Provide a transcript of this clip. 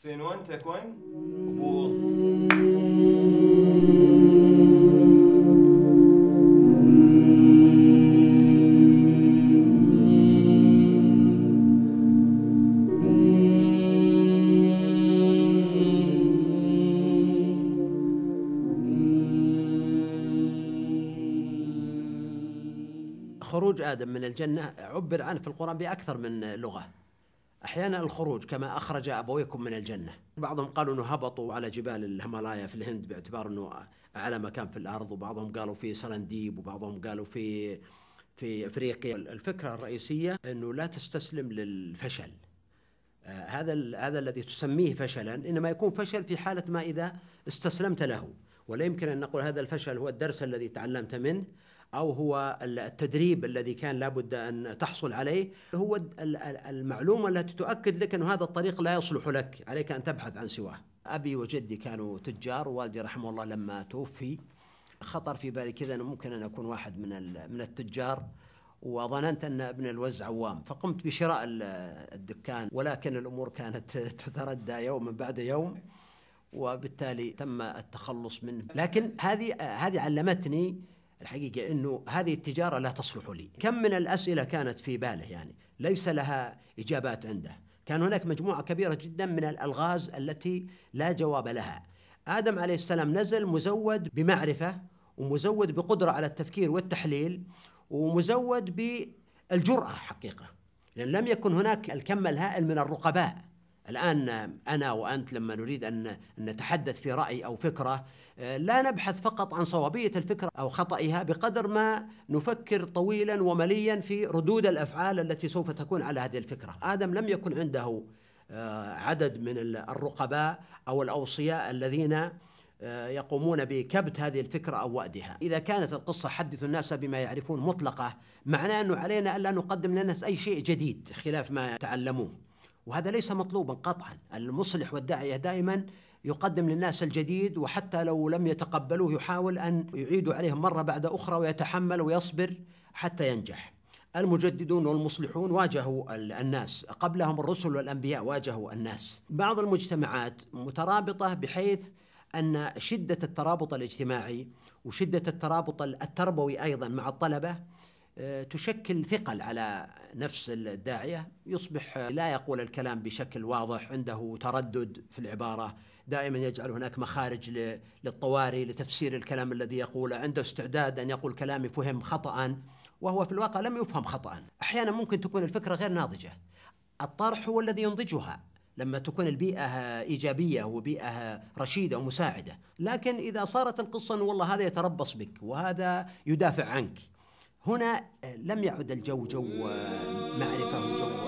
سين تكن هبوط. خروج آدم من الجنة عبر عنه في القرآن بأكثر من لغة. أحيانا الخروج كما أخرج أبويكم من الجنة، بعضهم قالوا أنه هبطوا على جبال الهيمالايا في الهند باعتبار أنه أعلى مكان في الأرض، وبعضهم قالوا في سرنديب، وبعضهم قالوا في أفريقيا. الفكرة الرئيسية أنه لا تستسلم للفشل. هذا الذي تسميه فشلا إنما يكون فشل في حالة ما إذا استسلمت له، ولا يمكن أن نقول هذا الفشل هو الدرس الذي تعلمت منه أو هو التدريب الذي كان لابد أن تحصل عليه. هو المعلومة التي تؤكد لك أن هذا الطريق لا يصلح لك، عليك أن تبحث عن سواه. أبي وجدي كانوا تجار، ووالدي رحمه الله لما توفي خطر في بالي كذا أنه ممكن أن أكون واحد من التجار، وظننت أن ابن الوز عوام، فقمت بشراء الدكان، ولكن الأمور كانت تتردى يوما بعد يوم، وبالتالي تم التخلص منه. لكن هذه علمتني الحقيقة أنه هذه التجارة لا تصلح لي. كم من الأسئلة كانت في باله يعني ليس لها إجابات عنده. كان هناك مجموعة كبيرة جدا من الألغاز التي لا جواب لها. آدم عليه السلام نزل مزود بمعرفة، ومزود بقدرة على التفكير والتحليل، ومزود بالجرأة حقيقة، لأن لم يكن هناك الكم الهائل من الرقباء. الآن أنا وأنت لما نريد أن نتحدث في رأي أو فكرة لا نبحث فقط عن صوابية الفكرة أو خطئها بقدر ما نفكر طويلا ومليا في ردود الأفعال التي سوف تكون على هذه الفكرة. آدم لم يكن عنده عدد من الرقباء أو الأوصياء الذين يقومون بكبت هذه الفكرة أو وأدها. إذا كانت القصة حدث الناس بما يعرفون مطلقة، معناه أنه علينا ألا نقدم للناس أي شيء جديد خلاف ما تعلموه، وهذا ليس مطلوبا قطعا. المصلح والداعية دائما يقدم للناس الجديد، وحتى لو لم يتقبلوه يحاول أن يعيدوا عليهم مرة بعد أخرى، ويتحمل ويصبر حتى ينجح. المجددون والمصلحون واجهوا الناس، قبلهم الرسل والأنبياء واجهوا الناس. بعض المجتمعات مترابطة بحيث أن شدة الترابط الاجتماعي وشدة الترابط التربوي أيضا مع الطلبة تشكل ثقل على نفس الداعية، يصبح لا يقول الكلام بشكل واضح، عنده تردد في العبارة، دائما يجعل هناك مخارج للطوارئ لتفسير الكلام الذي يقوله، عنده استعداد أن يقول كلام فهم خطأ وهو في الواقع لم يفهم خطأ. أحيانا ممكن تكون الفكرة غير ناضجة، الطرح هو الذي ينضجها لما تكون البيئة إيجابية وبيئة رشيدة ومساعدة. لكن إذا صارت القصة أنه والله هذا يتربص بك وهذا يدافع عنك، هنا لم يعد الجو جو معرفة وجو